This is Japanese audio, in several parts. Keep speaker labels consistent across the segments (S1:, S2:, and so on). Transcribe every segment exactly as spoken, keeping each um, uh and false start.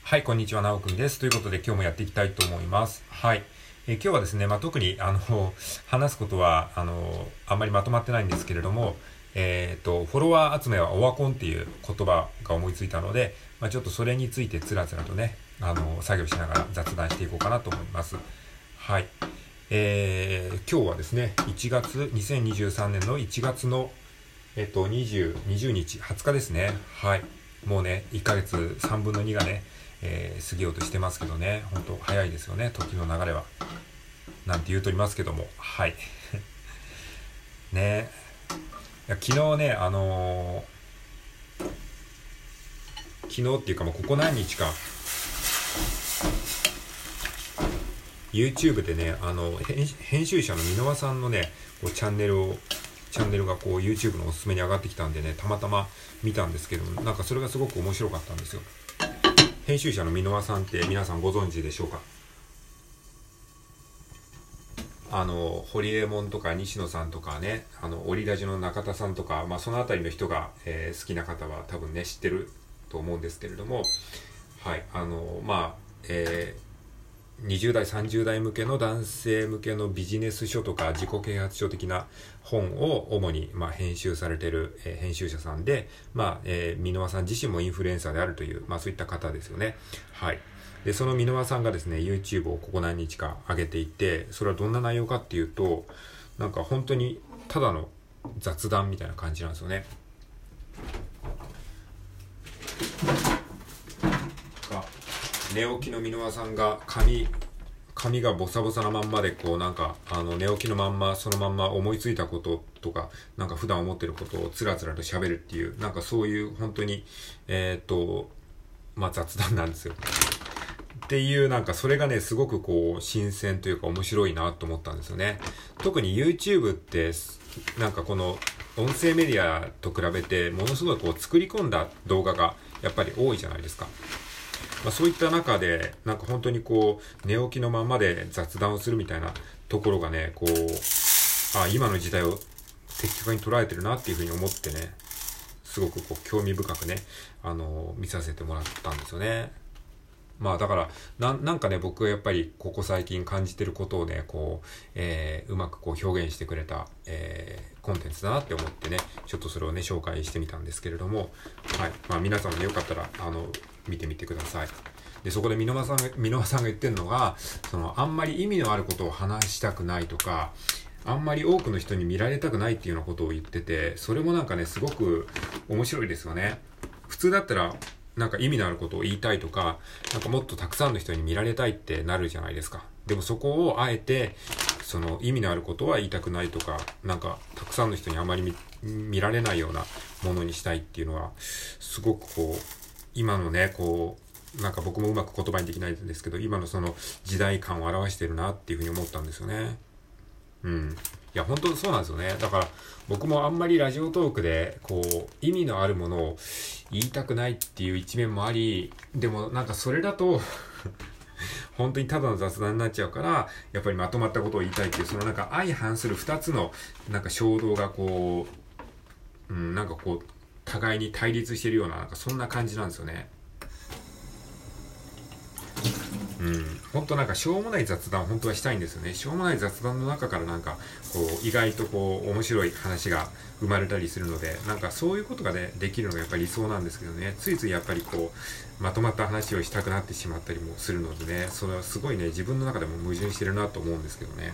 S1: はい、こんにちは、なおくみです。ということで、今日もやっていきたいと思います。はい。えー今日はですね、まあ、特に、あの、話すことは、あの、あんまりまとまってないんですけれども、えっと、フォロワー集めはオワコンっていう言葉が思いついたので、まあ、ちょっとそれについてつらつらとね、あの、作業しながら雑談していこうかなと思います。はい。えー、今日はですね、いちがつ、にせんにじゅうさんねんのいちがつの、えっと、にじゅう、にじゅうにち、はつかですね。はい。もうね、いっかげつさんぶんのにがね、えー過ぎようとしてますけどね、本当早いですよね、時の流れは。なんて言うとりますけども、はい。ねいや昨日ね、あのー昨日っていうかもうここ何日か、YouTube でね、あの、編編集者の箕輪さんのね、こうチャンネルを、チャンネルがこう YouTube のおすすめに上がってきたんでね、たまたま見たんですけども、なんかそれがすごく面白かったんですよ。編集者の箕輪さんって皆さんご存知でしょうか？あのホリエモンとか西野さんとかね、あのオリラジの中田さんとか、まあ、そのあたりの人が、えー好きな方は多分ね知ってると思うんですけれども、はい、あのまあ、えーにじゅう代さんじゅう代向けの男性向けのビジネス書とか自己啓発書的な本を主に、まあ、編集されている、えー編集者さんで、まあえー、箕輪さん自身もインフルエンサーであるという、まあ、そういった方ですよね。はい。でその箕輪さんがですね YouTube をここ何日か上げていて、それはどんな内容かっていうと、なんか本当にただの雑談みたいな感じなんですよね。が寝起きの箕輪さんが髪髪がボサボサなまんまで、こうなんかあの寝起きのまんまそのまんま思いついたこととか、なんか普段思ってることをつらつらと喋るっていう、なんかそういう本当にえー、っとまあ雑談なんですよ。っていう、なんかそれがねすごくこう新鮮というか面白いなと思ったんですよね。特に YouTube ってなんかこの音声メディアと比べてものすごいこう作り込んだ動画がやっぱり多いじゃないですか。まあ、そういった中でなんか本当にこう寝起きのままで雑談をするみたいなところがね、こうあ今の時代を的確に捉えてるなっていうふうに思ってね、すごくこう興味深くね、あのー見させてもらったんですよね。まあだからな、なんかね、僕がやっぱりここ最近感じてることをね、こう、えー、うまくこう表現してくれた、えー、コンテンツだなって思ってね、ちょっとそれをね、紹介してみたんですけれども、はい。まあ皆さんもよかったら、あの、見てみてください。で、そこで箕輪さんが、箕輪さんが言ってるのが、その、あんまり意味のあることを話したくないとか、あんまり多くの人に見られたくないっていうようなことを言ってて、それもなんかね、すごく面白いですよね。普通だったら、なんか意味のあることを言いたいとか、なんかもっとたくさんの人に見られたいってなるじゃないですか。でもそこをあえて、その意味のあることは言いたくないとか、なんかたくさんの人にあまり 見, 見られないようなものにしたいっていうのは、すごくこう、今のね、こう、なんか僕もうまく言葉にできないんですけど、今のその時代感を表してるなっていうふうに思ったんですよね。うん。いや、本当そうなんですよね。だから、僕もあんまりラジオトークで、こう、意味のあるものを言いたくないっていう一面もあり、でもなんかそれだと、本当にただの雑談になっちゃうから、やっぱりまとまったことを言いたいっていう、そのなんか相反する二つの、なんか衝動がこう、うん、なんかこう、互いに対立してるような、なんかそんな感じなんですよね。うん、本当なんかしょうもない雑談を本当はしたいんですよね。しょうもない雑談の中からなんかこう意外とこう面白い話が生まれたりするので、なんかそういうことがねできるのがやっぱり理想なんですけどね、ついついやっぱりこうまとまった話をしたくなってしまったりもするのでね、それはすごいね自分の中でも矛盾してるなと思うんですけどね。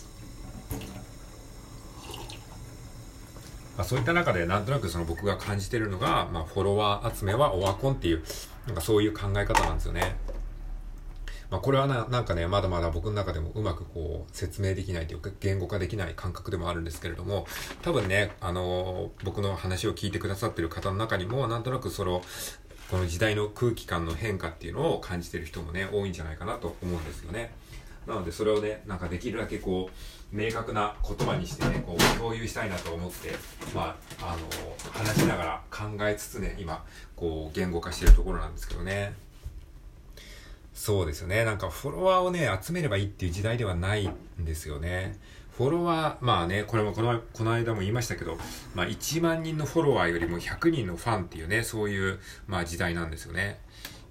S1: まあ、そういった中でなんとなくその僕が感じてるのが、まあ、フォロワー集めはオワコンっていうなんかそういう考え方なんですよね。まあ、これはな、なんかね、まだまだ僕の中でもうまくこう説明できないというか言語化できない感覚でもあるんですけれども、多分ね、あのー僕の話を聞いてくださっている方の中にもなんとなくそのこの時代の空気感の変化っていうのを感じている人もね多いんじゃないかなと思うんですよね。なのでそれをね、なんかできるだけこう明確な言葉にしてね、こう共有したいなと思って、まああのー話しながら考えつつね、今こう言語化しているところなんですけどね。そうですよね。なんかフォロワーをね、集めればいいっていう時代ではないんですよね。フォロワー、まあね、これもこの、この間も言いましたけど、まあいちまん人のフォロワーよりもひゃくにんのファンっていうね、そういう、まあ時代なんですよね。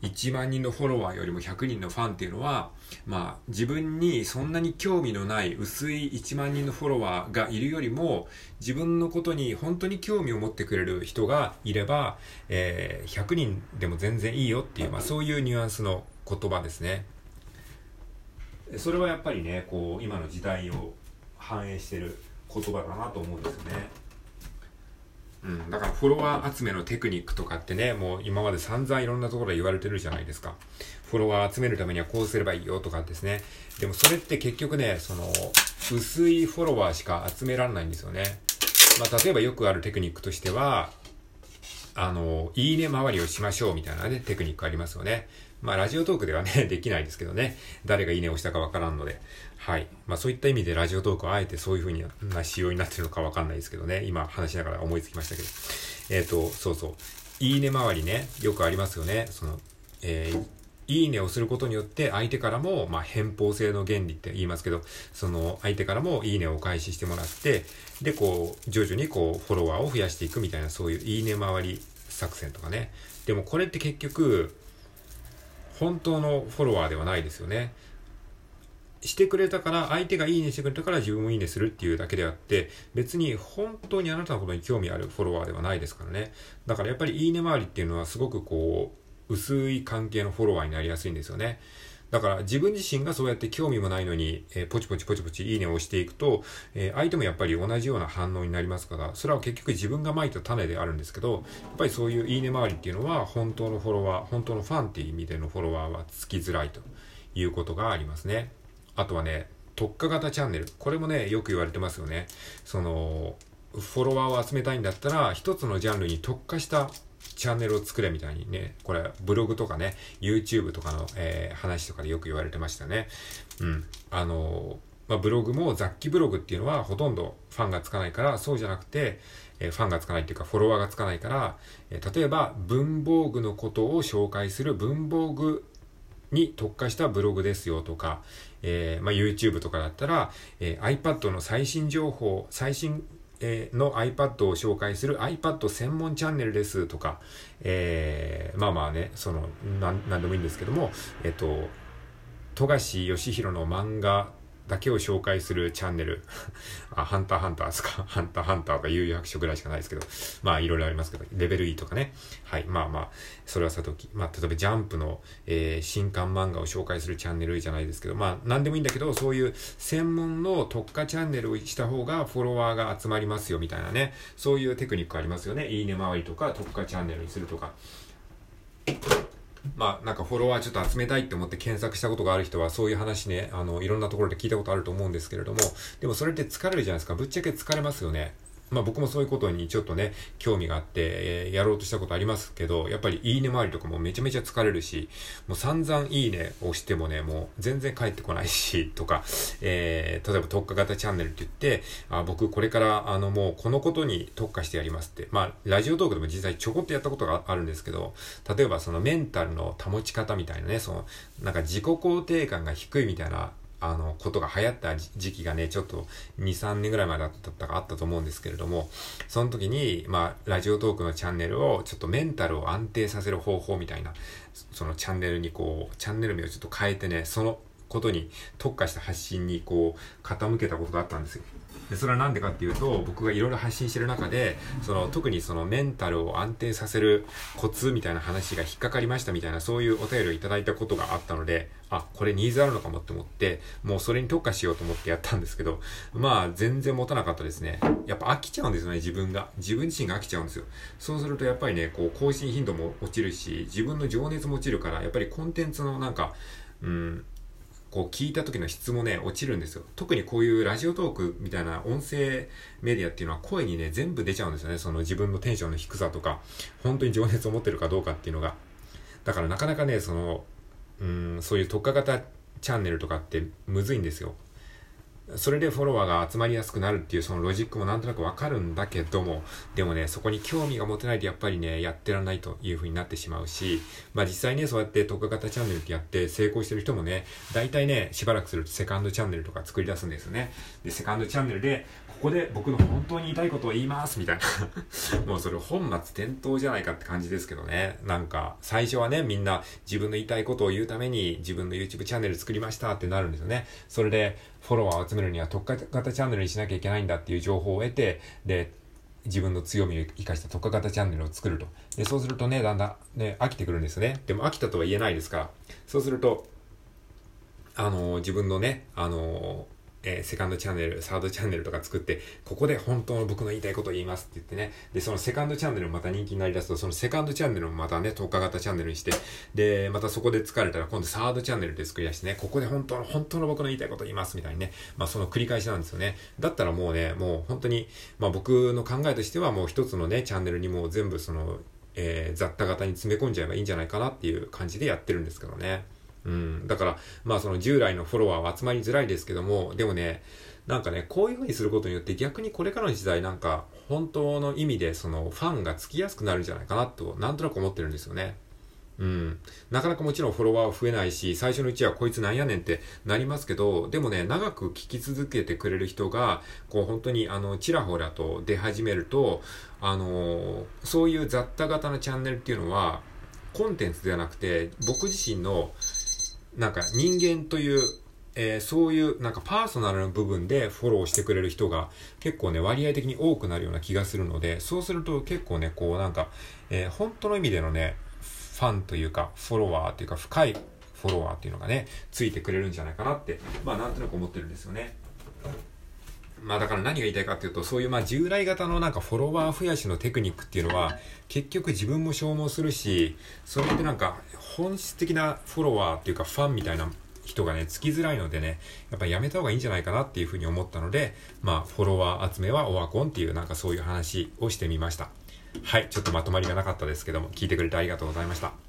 S1: いちまんにんのフォロワーよりもひゃくにんのファンっていうのは、まあ自分にそんなに興味のない薄いいちまんにんのフォロワーがいるよりも、自分のことに本当に興味を持ってくれる人がいれば、えー、ひゃくにんでも全然いいよっていう、まあそういうニュアンスの言葉ですね。それはやっぱりね、こう今の時代を反映してる言葉だなと思うんですよね。うん、だからフォロワー集めのテクニックとかってね、もう今まで散々いろんなところで言われてるじゃないですか。フォロワー集めるためにはこうすればいいよとかですね。でもそれって結局ね、その薄いフォロワーしか集められないんですよね。まあ例えばよくあるテクニックとしては、あのいいね回りをしましょうみたいなねテクニックありますよね。まあラジオトークではねできないですけどね、誰がいいねを押したかわからんので、はい、まあそういった意味でラジオトークはあえてそういう風な仕様になってるのかわかんないですけどね、今話しながら思いつきましたけど、えっとそうそう、いいね回りね、よくありますよね。その、えーいいねをすることによって相手からも、まあ、偏方性の原理って言いますけど、その相手からもいいねをお返ししてもらって、で、こう、徐々にこう、フォロワーを増やしていくみたいな、そういういいね回り作戦とかね。でもこれって結局、本当のフォロワーではないですよね。してくれたから、相手がいいねしてくれたから自分もいいねするっていうだけであって、別に本当にあなたのことに興味あるフォロワーではないですからね。だからやっぱりいいね回りっていうのはすごくこう、薄い関係のフォロワーになりやすいんですよね。だから自分自身がそうやって興味もないのに、えー、ポチポチポチポチいいねを押していくと、えー、相手もやっぱり同じような反応になりますから、それは結局自分がまいた種であるんですけど、やっぱりそういういいね回りっていうのは本当のフォロワー、本当のファンっていう意味でのフォロワーはつきづらいということがありますね。あとはね、特化型チャンネル。これもね、よく言われてますよね。その、フォロワーを集めたいんだったら、一つのジャンルに特化したチャンネルを作れみたいにね、これブログとかね、YouTube とかの、えー、話とかでよく言われてましたね。うん。あのー、まあ、ブログも雑記ブログっていうのはほとんどファンがつかないから、そうじゃなくて、えー、ファンがつかないっていうかフォロワーがつかないから、えー、例えば文房具のことを紹介する文房具に特化したブログですよとか、えー、まあ、YouTube とかだったら、えー、iPad の最新情報、最新えー、の iPad を紹介する iPad 専門チャンネルですとか、えー、まあまあね、その、なん、なんでもいいんですけども、えっと、富樫義弘の漫画だけを紹介するチャンネル。あ、ハンターハンターですか。ハンターハンターとか悠々白書ぐらいしかないですけど。まあいろいろありますけど、レベル E とかね。はい。まあまあ、それはさとき。まあ例えばジャンプの、えー、新刊漫画を紹介するチャンネルじゃないですけど、まあなんでもいいんだけど、そういう専門の特化チャンネルをした方がフォロワーが集まりますよみたいなね。そういうテクニックありますよね。いいね回りとか特化チャンネルにするとか。まあなんかフォロワーちょっと集めたいって思って検索したことがある人はそういう話ね、あのいろんなところで聞いたことあると思うんですけれども、でもそれって疲れるじゃないですか。ぶっちゃけ疲れますよね。まあ僕もそういうことにちょっとね、興味があって、えー、やろうとしたことありますけど、やっぱりいいね回りとかもめちゃめちゃ疲れるし、もう散々いいねをしてもね、もう全然返ってこないし、とか、えー、例えば特化型チャンネルって言って、あ、僕これからあのもうこのことに特化してやりますって、まあラジオトークでも実際ちょこっとやったことがあるんですけど、例えばそのメンタルの保ち方みたいなね、その、なんか自己肯定感が低いみたいな、あの、ことが流行った時期がね、ちょっとに、さんねんぐらい前だったかあったと思うんですけれども、その時に、まあ、ラジオトークのチャンネルを、ちょっとメンタルを安定させる方法みたいな、そのチャンネルにこう、チャンネル名をちょっと変えてね、そのことに特化した発信にこう、傾けたことがあったんですよ。でそれはなんでかっていうと、僕がいろいろ発信してる中で、その特にそのメンタルを安定させるコツみたいな話が引っかかりましたみたいな、そういうお便りをいただいたことがあったので、あ、これニーズあるのかもって思って、もうそれに特化しようと思ってやったんですけど、まあ全然持たなかったですね。やっぱ飽きちゃうんですよね、自分が。自分自身が飽きちゃうんですよ。そうするとやっぱりね、こう更新頻度も落ちるし、自分の情熱も落ちるから、やっぱりコンテンツのなんか、うん、こう聞いた時の質もね、落ちるんですよ。特にこういうラジオトークみたいな音声メディアっていうのは声にね、全部出ちゃうんですよね。その自分のテンションの低さとか、本当に情熱を持ってるかどうかっていうのが。だからなかなかね、その、うーん、そういう特化型チャンネルとかってむずいんですよ。 それでフォロワーが集まりやすくなるっていうそのロジックもなんとなくわかるんだけども、でもね、そこに興味が持てないとやっぱりね、やってらんないという風になってしまうし、まあ実際ね、そうやって特化型チャンネルってやって成功してる人もね、大体ね、しばらくするとセカンドチャンネルとか作り出すんですよね。で、セカンドチャンネルで、ここで僕の本当に言いたいことを言いますみたいな。もうそれ本末転倒じゃないかって感じですけどね。なんか、最初はね、みんな自分の言いたいことを言うために自分の YouTube チャンネル作りましたってなるんですよね。それで、フォロワーを集めるには特化型チャンネルにしなきゃいけないんだっていう情報を得て、で、自分の強みを生かした特化型チャンネルを作ると。で、そうするとね、だんだんね、飽きてくるんですよね。でも飽きたとは言えないですから。そうすると、あのー、自分のね、あのー、えー、セカンドチャンネル、サードチャンネルとか作って、ここで本当の僕の言いたいことを言いますって言ってね。で、そのセカンドチャンネルもまた人気になりだすと、そのセカンドチャンネルもまたね、特化型チャンネルにして、で、またそこで疲れたら今度サードチャンネルで作り出してね、ここで本当の、本当の僕の言いたいことを言いますみたいにね。まあその繰り返しなんですよね。だったらもうね、もう本当に、まあ僕の考えとしてはもう一つのね、チャンネルにもう全部その、えー、雑多型に詰め込んじゃえばいいんじゃないかなっていう感じでやってるんですけどね。うん。だから、まあその従来のフォロワーは集まりづらいですけども、でもね、なんかね、こういう風にすることによって逆にこれからの時代なんか本当の意味でそのファンがつきやすくなるんじゃないかなとなんとなく思ってるんですよね。うん。なかなかもちろんフォロワーは増えないし、最初のうちはこいつなんやねんってなりますけど、でもね、長く聞き続けてくれる人が、こう本当にあの、ちらほらと出始めると、あのー、そういう雑多型のチャンネルっていうのは、コンテンツではなくて、僕自身のなんか人間というえー、そういうなんかパーソナルな部分でフォローしてくれる人が結構ね割合的に多くなるような気がするので、そうすると結構ねこうなんか、えー、本当の意味でのねファンというかフォロワーというか深いフォロワーっていうのがねついてくれるんじゃないかなってまあなんとなく思ってるんですよね。まあだから何が言いたいかっていうと、そういうまあ従来型のなんかフォロワー増やしのテクニックっていうのは結局自分も消耗するし、それってなんか本質的なフォロワーっていうかファンみたいな人がねつきづらいのでね、やっぱりやめた方がいいんじゃないかなっていうふうに思ったので、まあフォロワー集めはオワコンっていうなんかそういう話をしてみました。はい、ちょっとまとまりがなかったですけども聞いてくれてありがとうございました。